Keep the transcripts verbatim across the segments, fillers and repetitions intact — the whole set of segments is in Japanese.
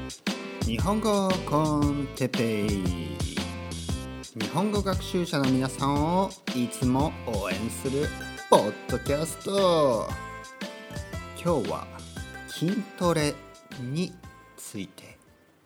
日本語コンテペイ、日本語学習者の皆さんをいつも応援するポッドキャスト。今日は筋トレについて。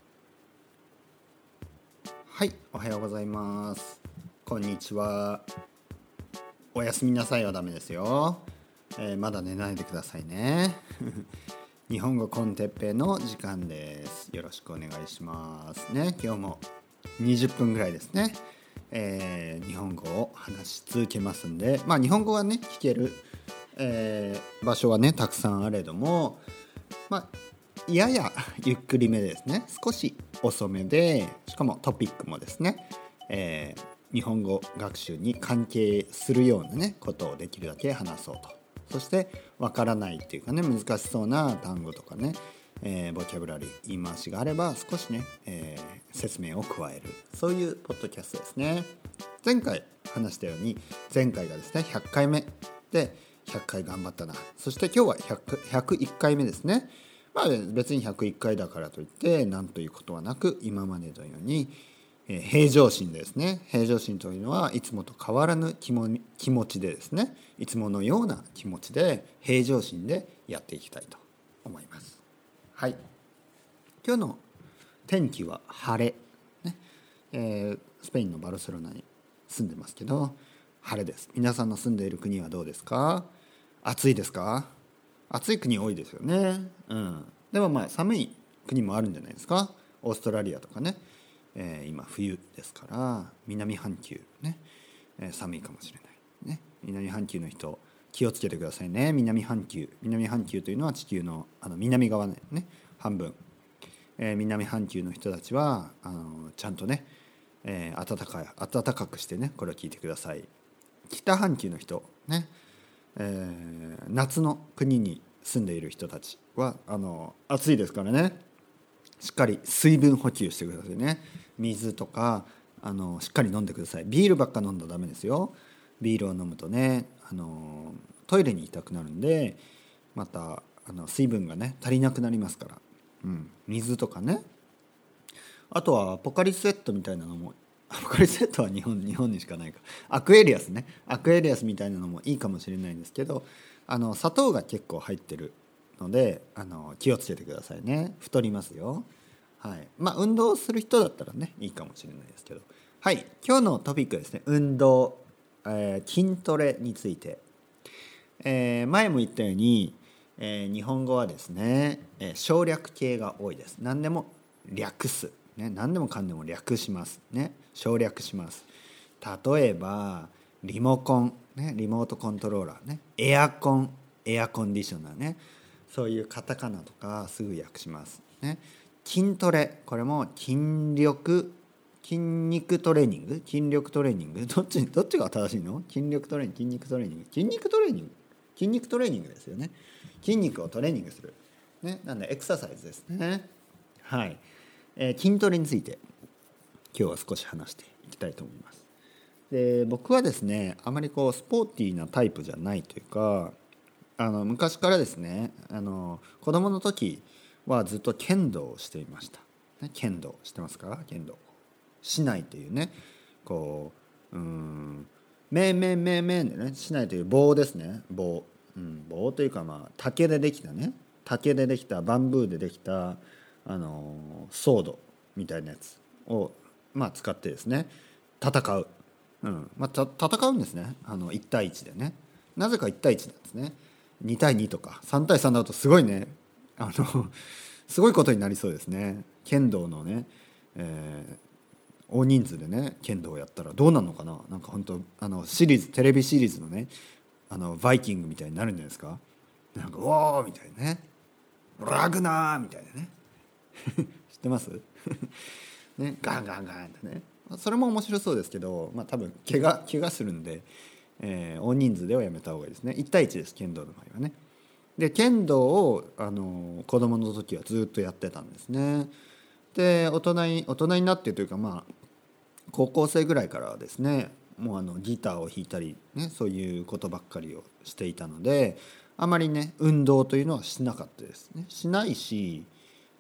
はい、おはようございます。こんにちは。おやすみなさいはダメですよ、えー、まだ寝ないでくださいね日本語コンテッペイの時間です。よろしくお願いしますね。今日もにじゅっぷんぐらいですね、えー、日本語を話し続けますんで、まあ日本語はね聞ける、えー、場所はねたくさんあれども、まあややゆっくりめですね。少し遅めで、しかもトピックもですね、えー、日本語学習に関係するようなねことをできるだけ話そうと。そしてわからないっていうかね、難しそうな単語とかね、えー、ボキャブラリー、言い回しがあれば少しね、えー、説明を加える、そういうポッドキャストですね。前回話したように、前回がですねひゃっかいめで、ひゃっかい頑張ったな。そして今日はひゃく、ひゃくいっかいめですね。まあ別にひゃくいっかいだからといって何ということはなく、今までのようにえー、平常心ですね。平常心というのはいつもと変わらぬ気も気持ちでですね、いつものような気持ちで平常心でやっていきたいと思います。はい。今日の天気は晴れ、ねえー、スペインのバルセロナに住んでますけど、晴れです。皆さんの住んでいる国はどうですか？暑いですか？暑い国多いですよね。うん。でもまあ寒い国もあるんじゃないですか？オーストラリアとかね。えー、今冬ですから南半球ね、えー、寒いかもしれないね。南半球の人気をつけてくださいね。南半球南半球というのは地球の、あの南側ね半分、えー、南半球の人たちはあのちゃんとね、えー、暖かい暖かくしてね、これを聞いてください。北半球の人ね、えー、夏の国に住んでいる人たちはあの暑いですからね、しっかり水分補給してくださいね。水とかあのしっかり飲んでください。ビールばっか飲んだらダメですよ。ビールを飲むとね、あのトイレに行きたくなるんで、またあの水分がね足りなくなりますから、うん、水とかね。あとはポカリスエットみたいなのも、ポカリスエットは日本日本にしかないか。アクエリアスね、アクエリアスみたいなのもいいかもしれないんですけど、あの砂糖が結構入ってるので、あの気をつけてくださいね。太りますよ。はい。まあ運動する人だったらねいいかもしれないですけど。はい。今日のトピックですね。運動、えー、筋トレについて。えー、前も言ったように、えー、日本語はですね、えー、省略形が多いです。何でも略す、ね、何でもかんでも略しますね。省略します。例えばリモコン、ね、リモートコントローラーね、エアコン、エアコンディショナーね、そういうカタカナとかすぐ訳しますね。筋トレ、これも筋力筋肉トレーニング筋力トレーニングどっちどっちが正しいの？筋力トレーニング、筋肉トレーニング、筋肉トレーニング筋肉トレーニングですよね。筋肉をトレーニングする、ね、なんでエクササイズですね。はい、えー、筋トレについて今日は少し話していきたいと思います。で、僕はですね、あまりこうスポーティーなタイプじゃないというか、あの昔からですね、あの子供の時はずっと剣道をしていました、ね、剣道してますか？剣道市内というね、こう、うーん、めんめんめんめんでね、市内という棒ですね、棒、うん、棒というか、まあ竹でできたね、竹でできたバンブーでできたあのソードみたいなやつを、まあ、使ってですね戦う、うんまあ、た戦うんですね、あのいち対いちでね。なぜかいち対いちなんですね。に対にとかさん対さんだとすごいね、あのすごいことになりそうですね。剣道のね、えー、大人数でね剣道をやったらどうなるのかな。なんか本当あのシリーズテレビシリーズのね、あのバイキングみたいになるんじゃないですか。なんかおーみたいなね、ラグナーみたいなね知ってますね、ガンガンガンってね。それも面白そうですけど、まあ多分怪我怪我するんで、えー、大人数ではやめた方がいいですね。いち対いちです剣道の場合はね。で剣道をあの子供の時はずっとやってたんですね。で大人に大人になってというか、まあ高校生ぐらいからはですね、もうあのギターを弾いたりね、そういうことばっかりをしていたので、あまりね運動というのはしなかったですね。しないし、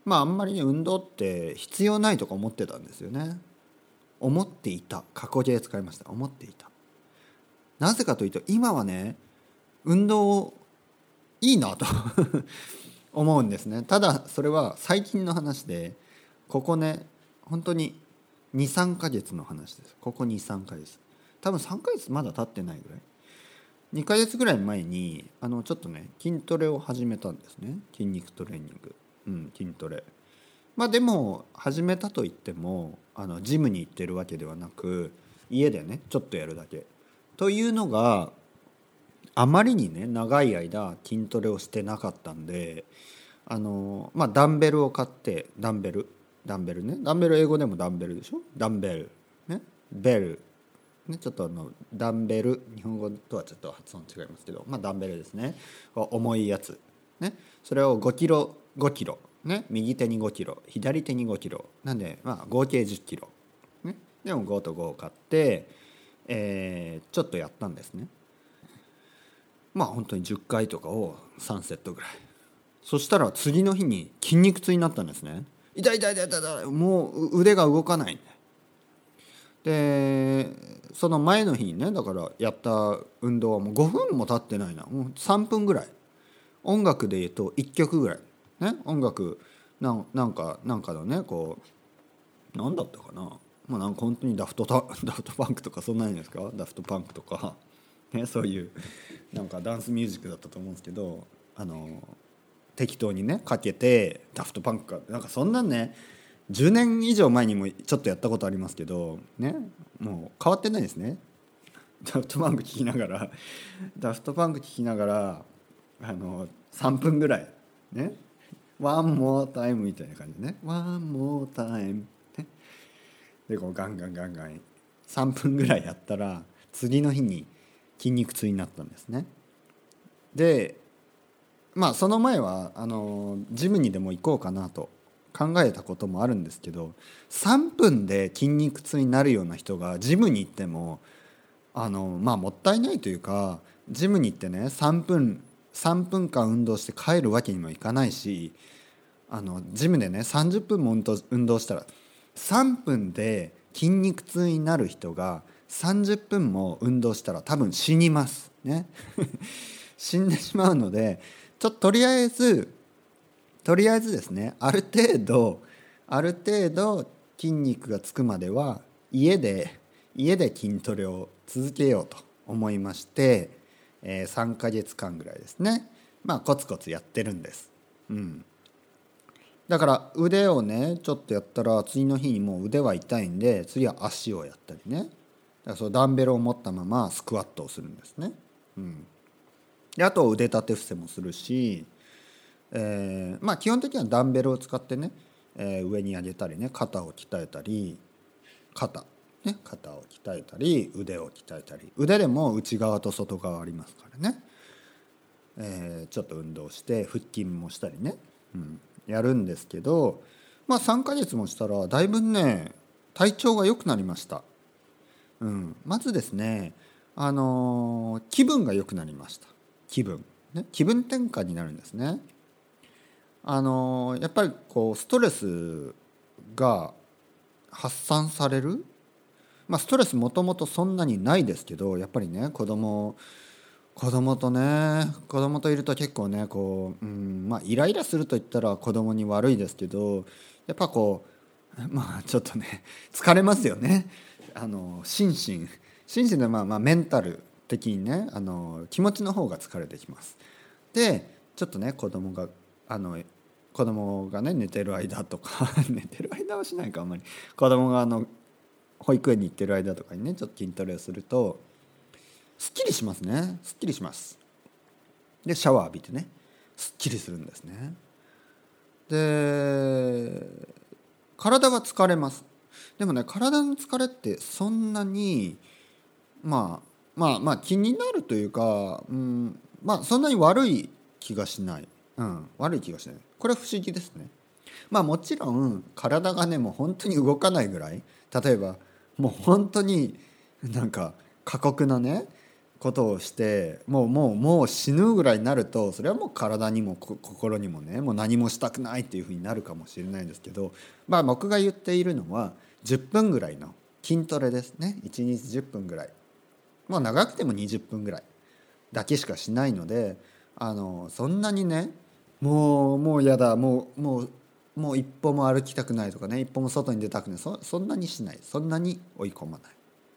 まああんまりね運動って必要ないとか思ってたんですよね。思っていた、過去形使いました。思っていた。なぜかというと今はね運動いいなと思うんですね。ただそれは最近の話で、ここね本当ににさんかげつの話です。ここにさんかげつ、多分さんかげつまだ経ってないぐらい、にかげつぐらい前にあのちょっとね筋トレを始めたんですね。筋肉トレーニング、うん、筋トレ。まあでも始めたといってもあのジムに行ってるわけではなく、家でねちょっとやるだけというのが、あまりにね長い間筋トレをしてなかったんで、あのまあダンベルを買って、ダンベルダンベルねダンベル英語でもダンベルでしょ、ダンベルね、ベルね、ちょっとあのダンベル、日本語とはちょっと発音違いますけど、まあダンベルですね。重いやつね、それをごキロごキロね、右手にごキロ左手にごキロなんで、まあ合計じゅっキロね、でもごとごを買って、えー、ちょっとやったんですね。まあ本当にじゅっかいとかをさんセットぐらい。そしたら次の日に筋肉痛になったんですね。痛い痛い痛い痛い痛い、もう腕が動かない。でその前の日にね、だからやった運動はもうごふんも経ってないな、もうさんぷんぐらい、音楽で言うといっきょくぐらいね、音楽なんなんかなんかのね、こうなんだったかな、まあなんか本当にダフトタダフトパンクとかそんなんですか、ダフトパンクとかね、そういうなんかダンスミュージックだったと思うんですけど、あの適当にねかけて、ダフトパンクかなんかそんなんね、じゅうねん以上前にもちょっとやったことありますけどね、もう変わってないですね。ダフトパンク聞きながらダフトパンク聞きながらあのさんぷんぐらいね、ワンモータイムみたいな感じでね、ワンモータイムね、でこうガンガンガンガンさんぷんぐらいやったら次の日に筋肉痛になったんですね。でまあその前はあのジムにでも行こうかなと考えたこともあるんですけど、さんぷんで筋肉痛になるような人がジムに行ってもあのまあもったいないというか、ジムに行ってねさんぷんさんぷんかん運動して帰るわけにもいかないし、あのジムでねさんじゅっぷんも運動、運動したらさんぷんで筋肉痛になる人がさんじゅっぷんも運動したら多分死にますね死んでしまうので、ちょっととりあえずとりあえずですね、ある程度ある程度筋肉がつくまでは家で家で筋トレを続けようと思いまして、えー、さんかげつかんぐらいですね、まあコツコツやってるんです。うん。だから腕をねちょっとやったら次の日にもう腕は痛いんで、次は足をやったりね、だからそのダンベルを持ったままスクワットをするんですね。うん。であと腕立て伏せもするし、えー、まあ基本的にはダンベルを使ってね、えー、上に上げたりね、肩を鍛えたり肩ね、肩を鍛えたり腕を鍛えたり、腕でも内側と外側ありますからね、えー、ちょっと運動して腹筋もしたりね、うん、やるんですけど、まあさんかげつもしたらだいぶね体調が良くなりました。うん、まずですね、あのー気分が良くなりました。気分ね、気分転換になるんですね。あのーやっぱりこうストレスが発散される、まあストレスもともとそんなにないですけど、やっぱりね子供子供とね子供といると結構ねこう、うん、まあイライラすると言ったら子供に悪いですけど、やっぱこうまあちょっとね疲れますよね。あの心身心身でまあまあメンタル的にね、あの気持ちの方が疲れてきます。でちょっとね子供があの子供がね寝てる間とか寝てる間はしないか、あんまり子供があの保育園に行ってる間とかにねちょっと筋トレをするとすっきりしますね。すっきりします。でシャワー浴びてねすっきりするんですね。で体は疲れます。でもね体の疲れってそんなにまあまあまあ気になるというか、うん、まあそんなに悪い気がしない、うん、悪い気がしない。これは不思議ですね。まあもちろん体がねもう本当に動かないぐらい、例えばもう本当になんか過酷なねことをしてもうもうもう死ぬぐらいになると、それはもう体にも心にもね、もう何もしたくないっていうふうになるかもしれないんですけど、まあ僕が言っているのはじゅっぷんぐらいの筋トレですね。いちにちじゅっぷんぐらい、もう長くてもにじゅっぷんぐらいだけしかしないので、あのそんなにね、もうもうやだ、もうもうもう一歩も歩きたくないとかね、一歩も外に出たくない、そそんなにしない、そんなに追い込まない、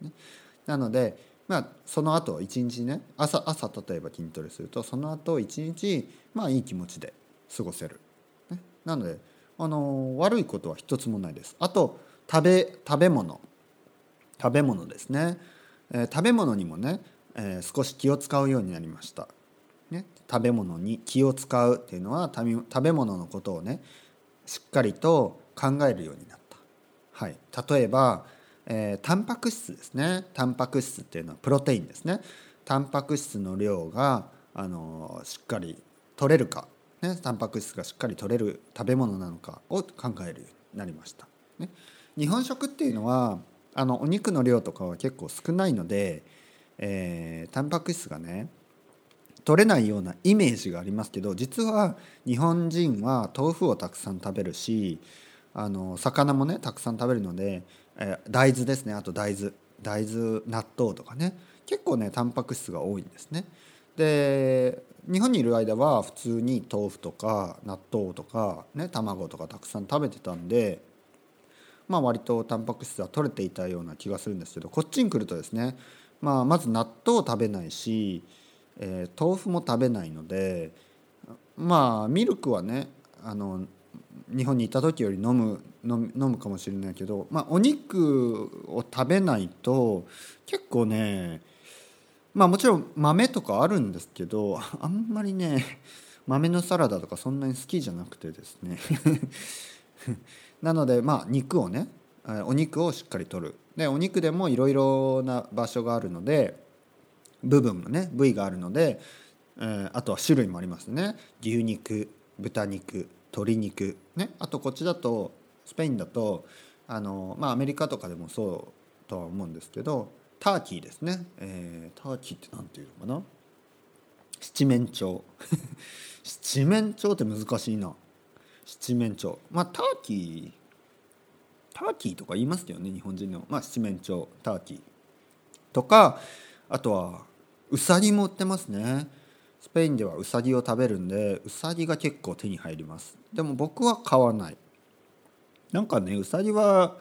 ね、なのでまあその後一日ね、朝朝例えば筋トレするとその後一日まあいい気持ちで過ごせる、ね、なのであの悪いことは一つもないです。あと食べ食べ物食べ物ですね、えー食べ物にもね、えー少し気を使うようになりました。ね、食べ物に気を使うっていうのは食べ食べ物のことをねしっかりと考えるようになった。はい、例えば、えータンパク質ですね。タンパク質っていうのはプロテインですね。タンパク質の量があのしっかり取れるか、ね、タンパク質がしっかり取れる食べ物なのかを考えるようになりました。ね、日本食っていうのはあのお肉の量とかは結構少ないので、えータンパク質がね取れないようなイメージがありますけど、実は日本人は豆腐をたくさん食べるし、あの魚もねたくさん食べるので、えー大豆ですね。あと大豆大豆納豆とかね、結構ねタンパク質が多いんですね。で日本にいる間は普通に豆腐とか納豆とかね卵とかたくさん食べてたんで、まあ割とタンパク質は取れていたような気がするんですけど、こっちに来るとですね、まあ、まず納豆を食べないし、えー豆腐も食べないので、まあミルクはねあの日本にいた時より飲む飲む飲むかもしれないけど、まあ、お肉を食べないと結構ね、まあもちろん豆とかあるんですけど、あんまりね豆のサラダとかそんなに好きじゃなくてですねなのでまあ肉をね、えーお肉をしっかり摂る。でお肉でもいろいろな場所があるので、部分がね部位があるので、えーあとは種類もありますね。牛肉、豚肉、鶏肉ね。あとこっちだとスペインだとあのまあアメリカとかでもそうとは思うんですけど、ターキーですね、えーターキーってなんていうのかな、七面鳥七面鳥って難しいな。七面鳥、まあターキーターキーとか言いますよね日本人の。まあ七面鳥ターキーとか、あとはウサギも売ってますね。スペインではウサギを食べるんで、ウサギが結構手に入ります。でも僕は買わない。なんかねウサギは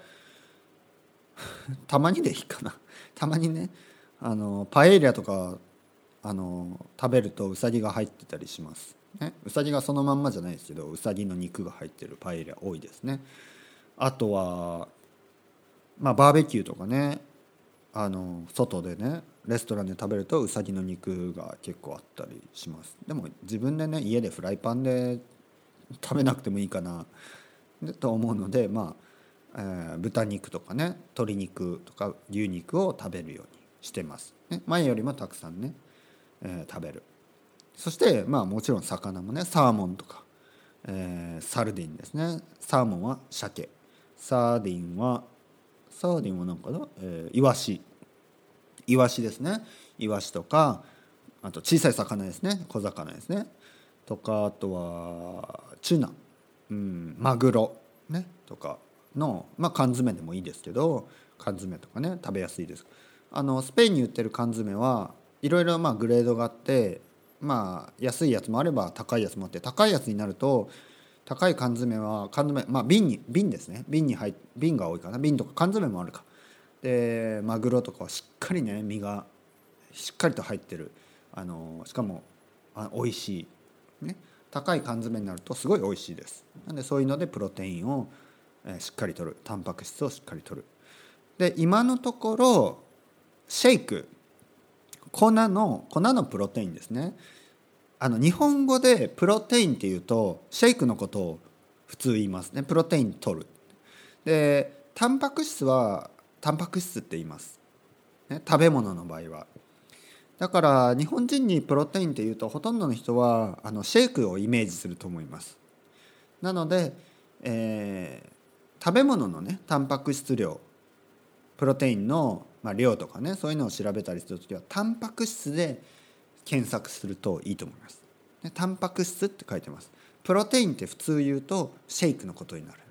たまにでいいかな。たまにね、あのパエリアとかあの食べるとウサギが入ってたりします、ね、ウサギがそのまんまじゃないですけどウサギの肉が入ってるパエリア多いですね。あとは、まあ、バーベキューとかね、あの外でねレストランで食べるとウサギの肉が結構あったりします。でも自分でね家でフライパンで食べなくてもいいかなと思うので、まあ、えー豚肉とかね鶏肉とか牛肉を食べるようにしてます、ね、前よりもたくさんね、えー食べる。そしてまあもちろん魚もねサーモンとか、えーサルディンですね。サーモンは鮭、サーディンはサーディンは何かな、えーイワシイワシですね。イワシとか、あと小さい魚ですね、小魚ですねとか、あとはチュナ、うん、マグロねとかの、まあ、缶詰でもいいですけど、缶詰とかね食べやすいです。あのスペインに売ってる缶詰はいろいろまあグレードがあって、まあ安いやつもあれば高いやつもあって、高いやつになると高い缶詰は缶詰、まあ、瓶に瓶ですね、瓶に入っ瓶が多いかな、瓶とか缶詰もあるか。でマグロとかはしっかりね身がしっかりと入ってる、あのしかもあ美味しい、ね、高い缶詰になるとすごい美味しいです。なのでそういうのでプロテインを、えーしっかりとる、タンパク質をしっかりとる。で今のところシェイク、粉の粉のプロテインですね。あの日本語でプロテインっていうとシェイクのことを普通言いますね。プロテイン取る。でタンパク質はタンパク質って言います、ね、食べ物の場合は。だから日本人にプロテインっていうとほとんどの人はあのシェイクをイメージすると思います。なので、えー食べ物のねタンパク質量、プロテインのまあ、量とかねそういうのを調べたりするときはタンパク質で検索するといいと思います。でタンパク質って書いてます。プロテインって普通言うとシェイクのことになる。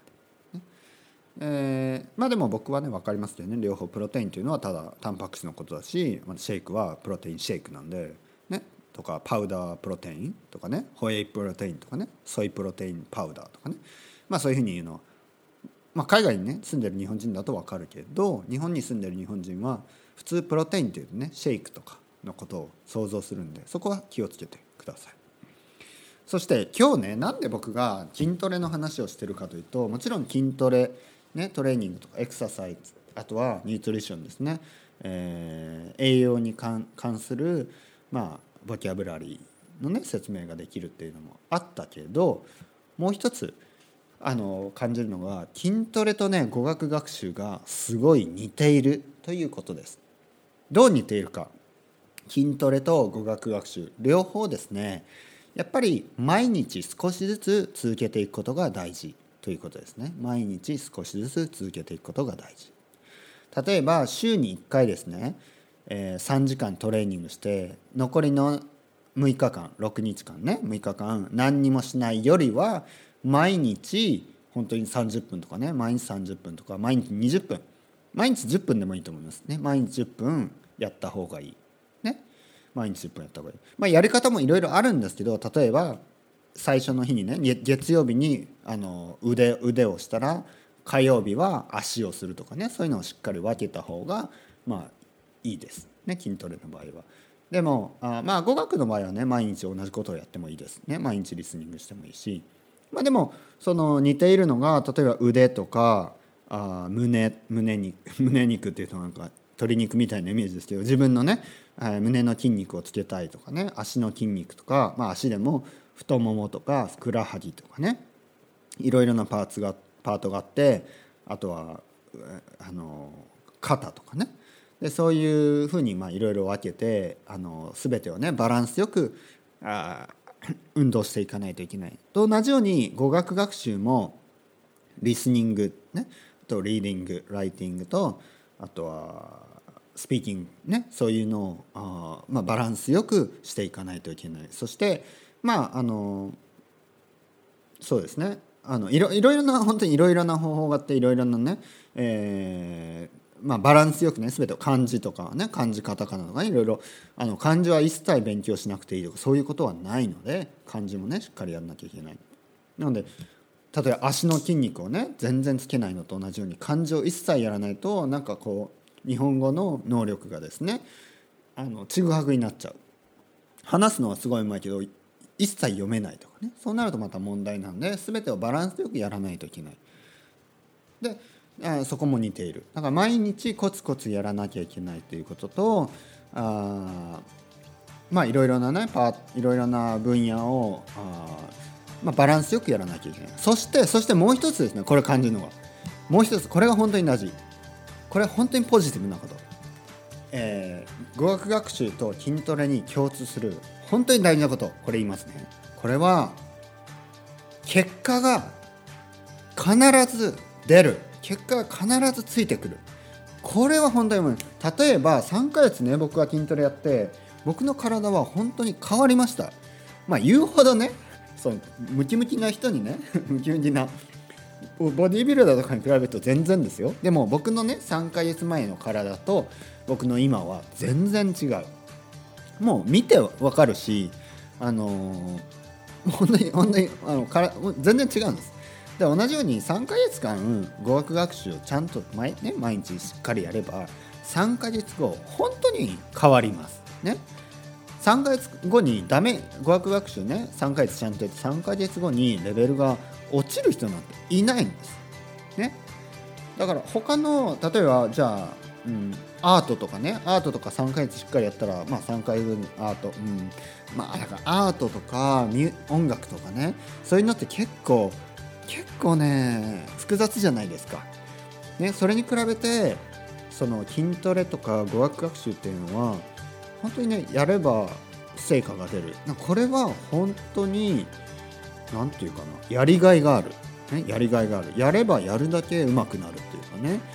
えー、まあでも僕はね分かりますよね。両方プロテインというのはただタンパク質のことだし、まあ、シェイクはプロテインシェイクなんでねとかパウダープロテインとかねホエイプロテインとかねソイプロテインパウダーとかねまあそういうふうに言うのは、まあ、海外にね住んでる日本人だと分かるけど日本に住んでる日本人は普通プロテインっていうとねシェイクとかのことを想像するんでそこは気をつけてください。そして今日ねなんで僕が筋トレの話をしてるかというともちろん筋トレね、トレーニングとかエクササイズあとはニュートリションですね、えー、栄養に関する、まあ、ボキャブラリーの、ね、説明ができるっていうのもあったけどもう一つあの感じるのが筋トレとね語学学習がすごい似ているということです。どう似ているか。筋トレと語学学習両方ですねやっぱり毎日少しずつ続けていくことが大事ということですね。毎日少しずつ続けていくことが大事。例えば週にいっかいですね、えー、さんじかんトレーニングして残りのむいかかんろくにちかんねむいかかん何にもしないよりは毎日本当にさんじゅっぷんとかね毎日さんじゅっぷんとか毎日にじゅっぷん毎日じゅっぷんでもいいと思いますね。毎日じゅっぷんやった方がいいね。毎日じゅっぷんやった方がいい。まあやり方もいろいろあるんですけど例えば最初の日にね月曜日にあの 腕, 腕をしたら火曜日は足をするとかねそういうのをしっかり分けた方がまあいいですね筋トレの場合は。でもあまあ語学の場合はね毎日同じことをやってもいいですね。毎日リスニングしてもいいし、まあ、でもその似ているのが例えば腕とかあ 胸, 胸肉胸肉っていうとなんか鶏肉みたいなイメージですけど自分のね胸の筋肉をつけたいとかね足の筋肉とか、まあ、足でも太ももとかふくらはぎとかねいろいろなパーツがパートがあってあとはあの肩とかねでそういうふうにまあいろいろ分けてあの全てをねバランスよくあ運動していかないといけないと同じように語学学習もリスニングねとリーディングライティングとあとはスピーキングねそういうのをあ、まあ、バランスよくしていかないといけない。そしてまああのそうですねあのいろいろいろな本当にいろいろな方法があっていろいろなね、えーまあ、バランスよくね全てを漢字とかね漢字カタカナとかいろいろあの漢字は一切勉強しなくていいとかそういうことはないので漢字もねしっかりやらなきゃいけない。なので例えば足の筋肉をね全然つけないのと同じように漢字を一切やらないとなんかこう日本語の能力がですねあのちぐはぐになっちゃう。話すのはすごいうまいけど一切読めないとかねそうなるとまた問題なので全てをバランスよくやらないといけない。であそこも似ている。だから毎日コツコツやらなきゃいけないということとあまあいろいろなねパいろいろな分野をあ、まあ、バランスよくやらなきゃいけない。そしてそしてもう一つですねこれ感じるのがもう一つこれが本当に大事。これは本当にポジティブなこと。えー、語学学習と筋トレに共通する本当に大事なことこれ言いますね。これは結果が必ず出る結果が必ずついてくる。これは本当に思う。例えばさんかげつね僕が筋トレやって僕の体は本当に変わりました。まあ言うほどねそうムキムキな人にねムキムキなボディービルダーとかに比べると全然ですよ。でも僕のねさんかげつまえの体と僕の今は全然違う。もう見てわかるしあのー、本当に本当にあのから全然違うんです。で同じようにさんかげつかん語学学習をちゃんと 毎,、ね、毎日しっかりやればさんかげつご本当に変わりますね。さんかげつごにダメ語学学習ねさんかげつちゃんとやってさんかげつごにレベルが落ちる人なんていないんですね。だから他の例えばじゃあ、うん、アートとかねアートとかさんかげつしっかりやったらまあさんかげつごにアート、うん、まあだからアートとか音楽とかねそういうのって結構結構ね複雑じゃないですか、ね、それに比べてその筋トレとか語学学習っていうのは本当にねやれば成果が出る。これは本当になんていうかなやりがいがある、ね、やりがいがある。やればやるだけ上手くなるっていうかね、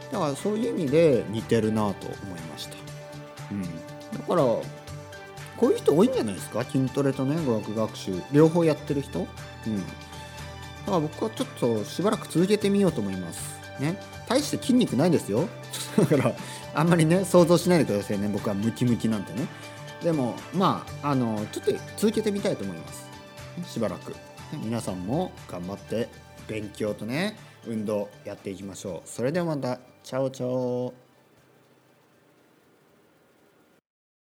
だからそういう意味で似てるなと思いました。うん、だからこういう人多いんじゃないですか、筋トレとね語学学習両方やってる人。うん、だから僕はちょっとしばらく続けてみようと思いますね。大して筋肉ないですよだからあんまりね想像しないでくださいね、僕はムキムキなんてね。でもまああのちょっと続けてみたいと思います、しばらく。皆さんも頑張って勉強とね運動やっていきましょう。それではまた。チャオチャオ。